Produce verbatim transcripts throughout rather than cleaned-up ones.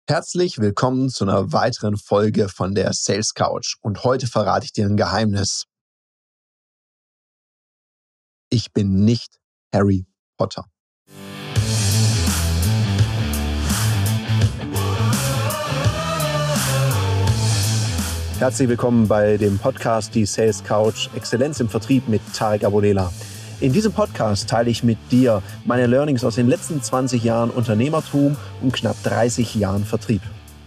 Herzlich willkommen zu einer weiteren Folge von der Sales Couch. Und heute verrate ich dir ein Geheimnis. Ich bin nicht Harry Potter. Herzlich willkommen bei dem Podcast Die Sales Couch, Exzellenz im Vertrieb mit Tarek Abodela. In diesem Podcast teile ich mit dir meine Learnings aus den letzten zwanzig Jahren Unternehmertum und knapp dreißig Jahren Vertrieb.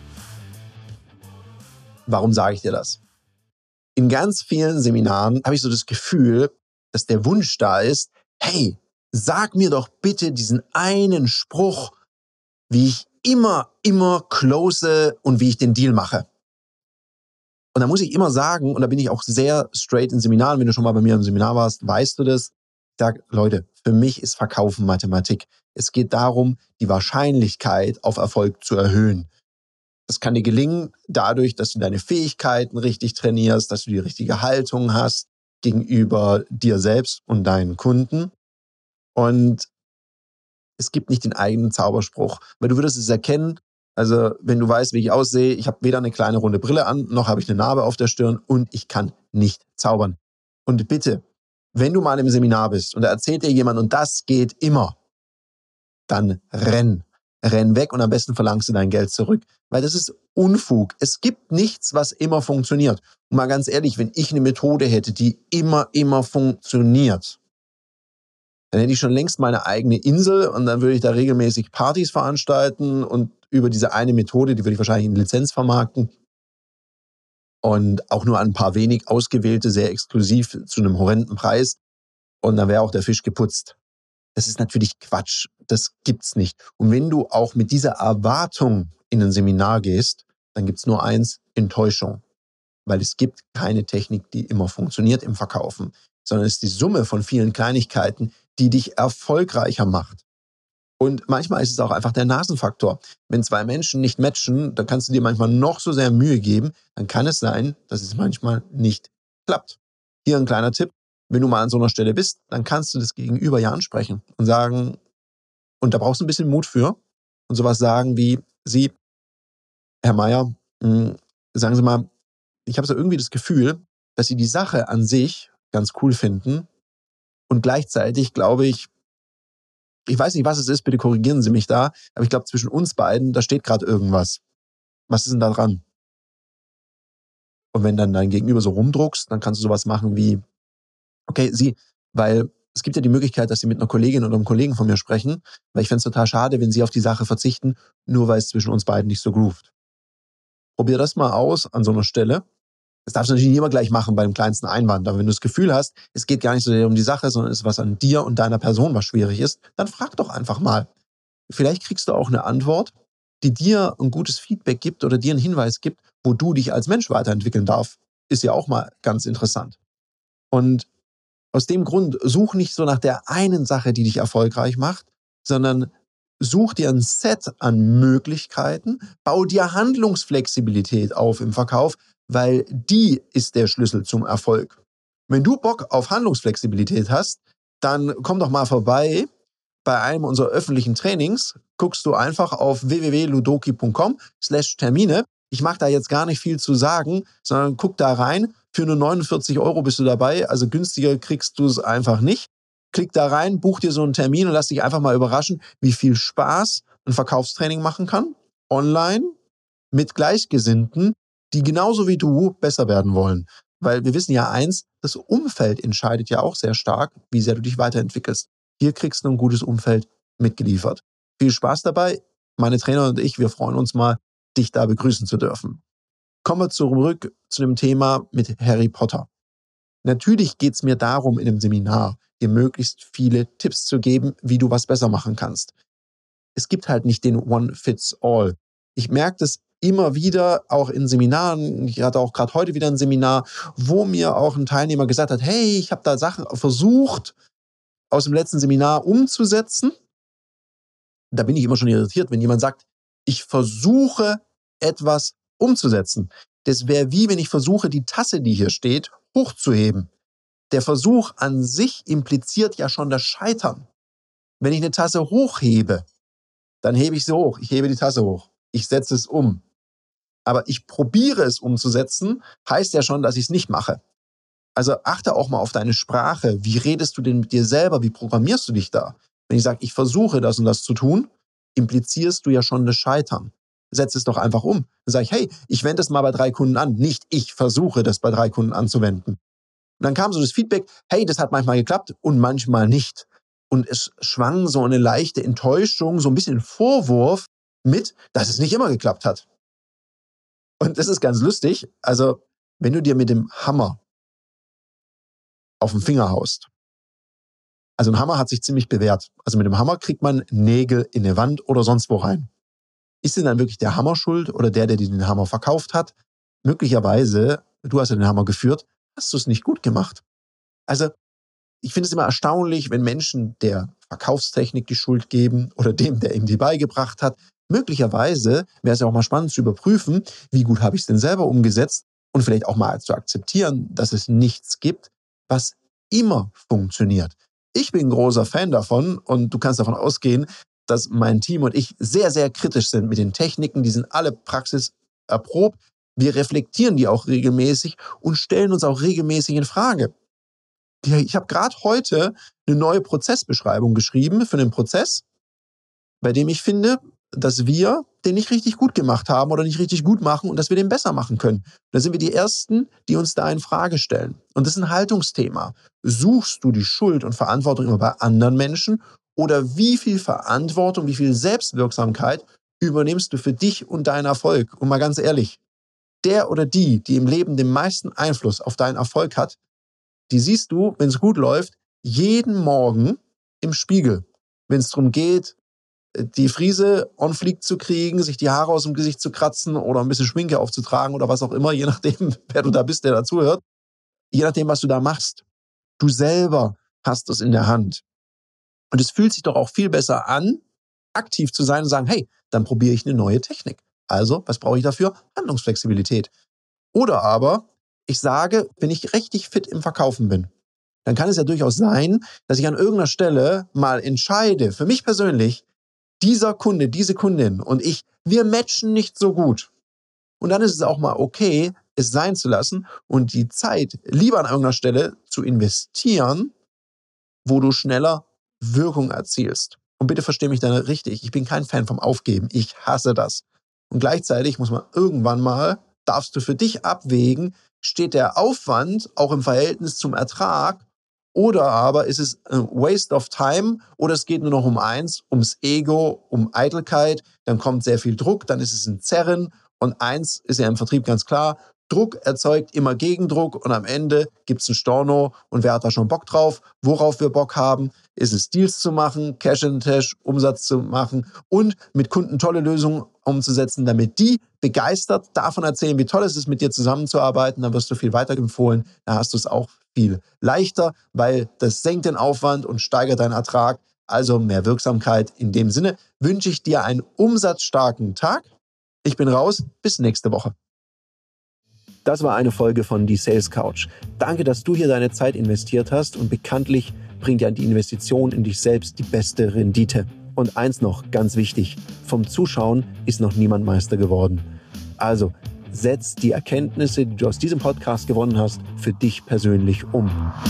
Warum sage ich dir das? In ganz vielen Seminaren habe ich so das Gefühl, dass der Wunsch da ist, hey, sag mir doch bitte diesen einen Spruch, wie ich immer, immer close und wie ich den Deal mache. Und da muss ich immer sagen, und da bin ich auch sehr straight in Seminaren, wenn du schon mal bei mir im Seminar warst, weißt du das. Ich sage, Leute, für mich ist Verkaufen Mathematik. Es geht darum, die Wahrscheinlichkeit auf Erfolg zu erhöhen. Das kann dir gelingen dadurch, dass du deine Fähigkeiten richtig trainierst, dass du die richtige Haltung hast gegenüber dir selbst und deinen Kunden. Und es gibt nicht den eigenen Zauberspruch, weil du würdest es erkennen, also wenn du weißt, wie ich aussehe, ich habe weder eine kleine runde Brille an, noch habe ich eine Narbe auf der Stirn und ich kann nicht zaubern. Und bitte, wenn du mal im Seminar bist und da erzählt dir jemand und das geht immer, dann renn. Renn weg und am besten verlangst du dein Geld zurück. Weil das ist Unfug. Es gibt nichts, was immer funktioniert. Und mal ganz ehrlich, wenn ich eine Methode hätte, die immer, immer funktioniert, dann hätte ich schon längst meine eigene Insel und dann würde ich da regelmäßig Partys veranstalten und über diese eine Methode, die würde ich wahrscheinlich in Lizenz vermarkten und auch nur an ein paar wenig ausgewählte, sehr exklusiv zu einem horrenden Preis und dann wäre auch der Fisch geputzt. Das ist natürlich Quatsch. Das gibt's nicht. Und wenn du auch mit dieser Erwartung in ein Seminar gehst, dann gibt's nur eins, Enttäuschung. Weil es gibt keine Technik, die immer funktioniert im Verkaufen, sondern es ist die Summe von vielen Kleinigkeiten, die dich erfolgreicher macht. Und manchmal ist es auch einfach der Nasenfaktor. Wenn zwei Menschen nicht matchen, dann kannst du dir manchmal noch so sehr Mühe geben, dann kann es sein, dass es manchmal nicht klappt. Hier ein kleiner Tipp. Wenn du mal an so einer Stelle bist, dann kannst du das Gegenüber ja ansprechen und sagen, und da brauchst du ein bisschen Mut für, und sowas sagen wie, Sie, Herr Meier, mh, sagen Sie mal, ich habe so irgendwie das Gefühl, dass Sie die Sache an sich ganz cool finden und gleichzeitig glaube ich, ich weiß nicht, was es ist, bitte korrigieren Sie mich da, aber ich glaube, zwischen uns beiden, da steht gerade irgendwas. Was ist denn da dran? Und wenn dann dein Gegenüber so rumdruckst, dann kannst du sowas machen wie, okay, Sie, weil es gibt ja die Möglichkeit, dass Sie mit einer Kollegin oder einem Kollegen von mir sprechen, weil ich fände es total schade, wenn Sie auf die Sache verzichten, nur weil es zwischen uns beiden nicht so groovt. Probier das mal aus an so einer Stelle. Das darfst du natürlich nicht immer gleich machen bei dem kleinsten Einwand, aber wenn du das Gefühl hast, es geht gar nicht so sehr um die Sache, sondern es ist was an dir und deiner Person, was schwierig ist, dann frag doch einfach mal. Vielleicht kriegst du auch eine Antwort, die dir ein gutes Feedback gibt oder dir einen Hinweis gibt, wo du dich als Mensch weiterentwickeln darfst. Ist ja auch mal ganz interessant. Und aus dem Grund, such nicht so nach der einen Sache, die dich erfolgreich macht, sondern such dir ein Set an Möglichkeiten, bau dir Handlungsflexibilität auf im Verkauf, weil die ist der Schlüssel zum Erfolg. Wenn du Bock auf Handlungsflexibilität hast, dann komm doch mal vorbei bei einem unserer öffentlichen Trainings. Guckst du einfach auf w w w punkt ludoki punkt com slash Termine. Ich mache da jetzt gar nicht viel zu sagen, sondern guck da rein. Für nur neunundvierzig Euro bist du dabei, also günstiger kriegst du es einfach nicht. Klick da rein, buch dir so einen Termin und lass dich einfach mal überraschen, wie viel Spaß ein Verkaufstraining machen kann. Online, mit Gleichgesinnten, die genauso wie du besser werden wollen. Weil wir wissen ja eins, das Umfeld entscheidet ja auch sehr stark, wie sehr du dich weiterentwickelst. Hier kriegst du ein gutes Umfeld mitgeliefert. Viel Spaß dabei. Meine Trainer und ich, wir freuen uns mal, dich da begrüßen zu dürfen. Kommen wir zurück zu dem Thema mit Harry Potter. Natürlich geht es mir darum, in einem Seminar dir möglichst viele Tipps zu geben, wie du was besser machen kannst. Es gibt halt nicht den One-Fits-All. Ich merke das immer wieder, auch in Seminaren. Ich hatte auch gerade heute wieder ein Seminar, wo mir auch ein Teilnehmer gesagt hat, hey, ich habe da Sachen versucht, aus dem letzten Seminar umzusetzen. Da bin ich immer schon irritiert, wenn jemand sagt, ich versuche etwas umzusetzen. Das wäre wie, wenn ich versuche, die Tasse, die hier steht, hochzuheben. Der Versuch an sich impliziert ja schon das Scheitern. Wenn ich eine Tasse hochhebe, dann hebe ich sie hoch. Ich hebe die Tasse hoch. ich setze es um. Aber ich probiere es umzusetzen, heißt ja schon, dass ich es nicht mache. Also achte auch mal auf deine Sprache. Wie redest du denn mit dir selber? Wie programmierst du dich da? Wenn ich sage, ich versuche das und das zu tun, implizierst du ja schon das Scheitern. Setz es doch einfach um. Dann sage ich, hey, ich wende es mal bei drei Kunden an. Nicht ich versuche, das bei drei Kunden anzuwenden. Und dann kam so das Feedback, hey, das hat manchmal geklappt und manchmal nicht. Und es schwang so eine leichte Enttäuschung, so ein bisschen Vorwurf mit, dass es nicht immer geklappt hat. Und das ist ganz lustig. Also, wenn du dir mit dem Hammer auf den Finger haust. Also ein Hammer hat sich ziemlich bewährt. Also mit dem Hammer kriegt man Nägel in eine Wand oder sonst wo rein. Ist denn dann wirklich der Hammer schuld oder der, der dir den Hammer verkauft hat? Möglicherweise, du hast ja den Hammer geführt, hast du es nicht gut gemacht. Also ich finde es immer erstaunlich, wenn Menschen der Verkaufstechnik die Schuld geben oder dem, der ihm die beigebracht hat. Möglicherweise wäre es ja auch mal spannend zu überprüfen, wie gut habe ich es denn selber umgesetzt und vielleicht auch mal zu akzeptieren, dass es nichts gibt, was immer funktioniert. Ich bin ein großer Fan davon und du kannst davon ausgehen, dass mein Team und ich sehr, sehr kritisch sind mit den Techniken. Die sind alle praxiserprobt. Wir reflektieren die auch regelmäßig und stellen uns auch regelmäßig in Frage. Ich habe gerade heute eine neue Prozessbeschreibung geschrieben für einen Prozess, bei dem ich finde, dass wir den nicht richtig gut gemacht haben oder nicht richtig gut machen und dass wir den besser machen können. Da sind wir die Ersten, die uns da in Frage stellen. Und das ist ein Haltungsthema. Suchst du die Schuld und Verantwortung immer bei anderen Menschen oder wie viel Verantwortung, wie viel Selbstwirksamkeit übernimmst du für dich und deinen Erfolg? Und mal ganz ehrlich, der oder die, die im Leben den meisten Einfluss auf deinen Erfolg hat, die siehst du, wenn es gut läuft, jeden Morgen im Spiegel. Wenn es darum geht, die Frise on fleek zu kriegen, sich die Haare aus dem Gesicht zu kratzen oder ein bisschen Schminke aufzutragen oder was auch immer, je nachdem, wer du da bist, der dazuhört. Je nachdem, was du da machst. Du selber hast es in der Hand. Und es fühlt sich doch auch viel besser an, aktiv zu sein und sagen, hey, dann probiere ich eine neue Technik. Also, was brauche ich dafür? Handlungsflexibilität. Oder aber, ich sage, wenn ich richtig fit im Verkaufen bin, dann kann es ja durchaus sein, dass ich an irgendeiner Stelle mal entscheide, für mich persönlich, dieser Kunde, diese Kundin und ich, wir matchen nicht so gut. Und dann ist es auch mal okay, es sein zu lassen und die Zeit lieber an irgendeiner Stelle zu investieren, wo du schneller Wirkung erzielst. Und bitte versteh mich da richtig, ich bin kein Fan vom Aufgeben, ich hasse das. Und gleichzeitig muss man irgendwann mal, darfst du für dich abwägen, steht der Aufwand auch im Verhältnis zum Ertrag oder aber ist es ein Waste of Time oder es geht nur noch um eins, ums Ego, um Eitelkeit, dann kommt sehr viel Druck, dann ist es ein Zerren und eins ist ja im Vertrieb ganz klar, Druck erzeugt immer Gegendruck und am Ende gibt es ein Storno und wer hat da schon Bock drauf? Worauf wir Bock haben, ist es Deals zu machen, Cash in Cash, Umsatz zu machen und mit Kunden tolle Lösungen umzusetzen, damit die begeistert davon erzählen, wie toll es ist, mit dir zusammenzuarbeiten, dann wirst du viel weiterempfohlen, dann hast du es auch viel leichter, weil das senkt den Aufwand und steigert deinen Ertrag, also mehr Wirksamkeit. In dem Sinne wünsche ich dir einen umsatzstarken Tag. Ich bin raus, bis nächste Woche. Das war eine Folge von Die Sales Couch. Danke, dass du hier deine Zeit investiert hast und bekanntlich bringt ja die Investition in dich selbst die beste Rendite. Und eins noch, ganz wichtig, vom Zuschauen ist noch niemand Meister geworden. Also, setz die Erkenntnisse, die du aus diesem Podcast gewonnen hast, für dich persönlich um.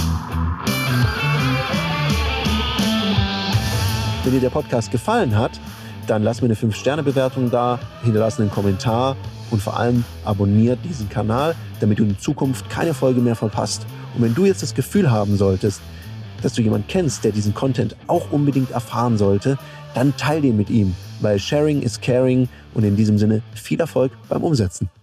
Wenn dir der Podcast gefallen hat, dann lass mir eine fünf Sterne Bewertung da, hinterlass einen Kommentar und vor allem abonniert diesen Kanal, damit du in Zukunft keine Folge mehr verpasst. Und wenn du jetzt das Gefühl haben solltest, dass du jemanden kennst, der diesen Content auch unbedingt erfahren sollte, dann teil den mit ihm, weil Sharing is Caring und in diesem Sinne viel Erfolg beim Umsetzen.